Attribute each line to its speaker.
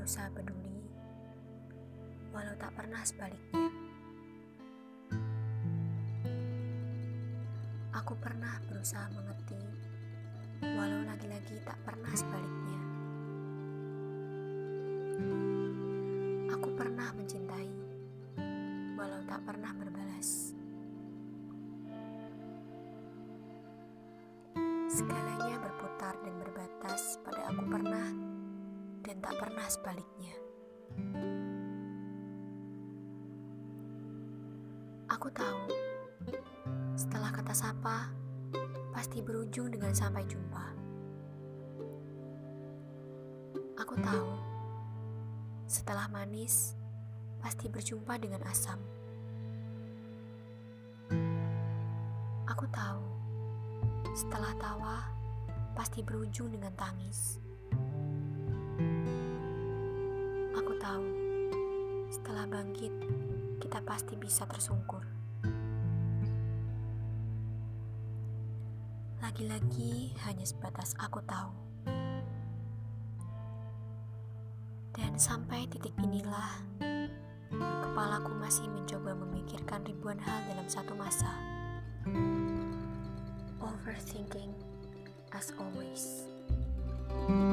Speaker 1: berusaha peduli, walau tak pernah sebaliknya. Aku pernah berusaha mengerti, walau lagi-lagi tak pernah sebaliknya. Aku pernah mencintai, walau tak pernah berbalas. Segalanya berputar dan berbatas pada aku pernah dan tak pernah sebaliknya. Aku tahu, setelah kata sapa, pasti berujung dengan sampai jumpa. Aku tahu, setelah manis, pasti berjumpa dengan asam. Aku tahu, setelah tawa, pasti berujung dengan tangis. Aku tahu, setelah bangkit, kita pasti bisa tersungkur. Lagi-lagi hanya sebatas aku tahu. Dan sampai titik inilah, kepalaku masih mencoba memikirkan ribuan hal dalam satu masa. Overthinking as always.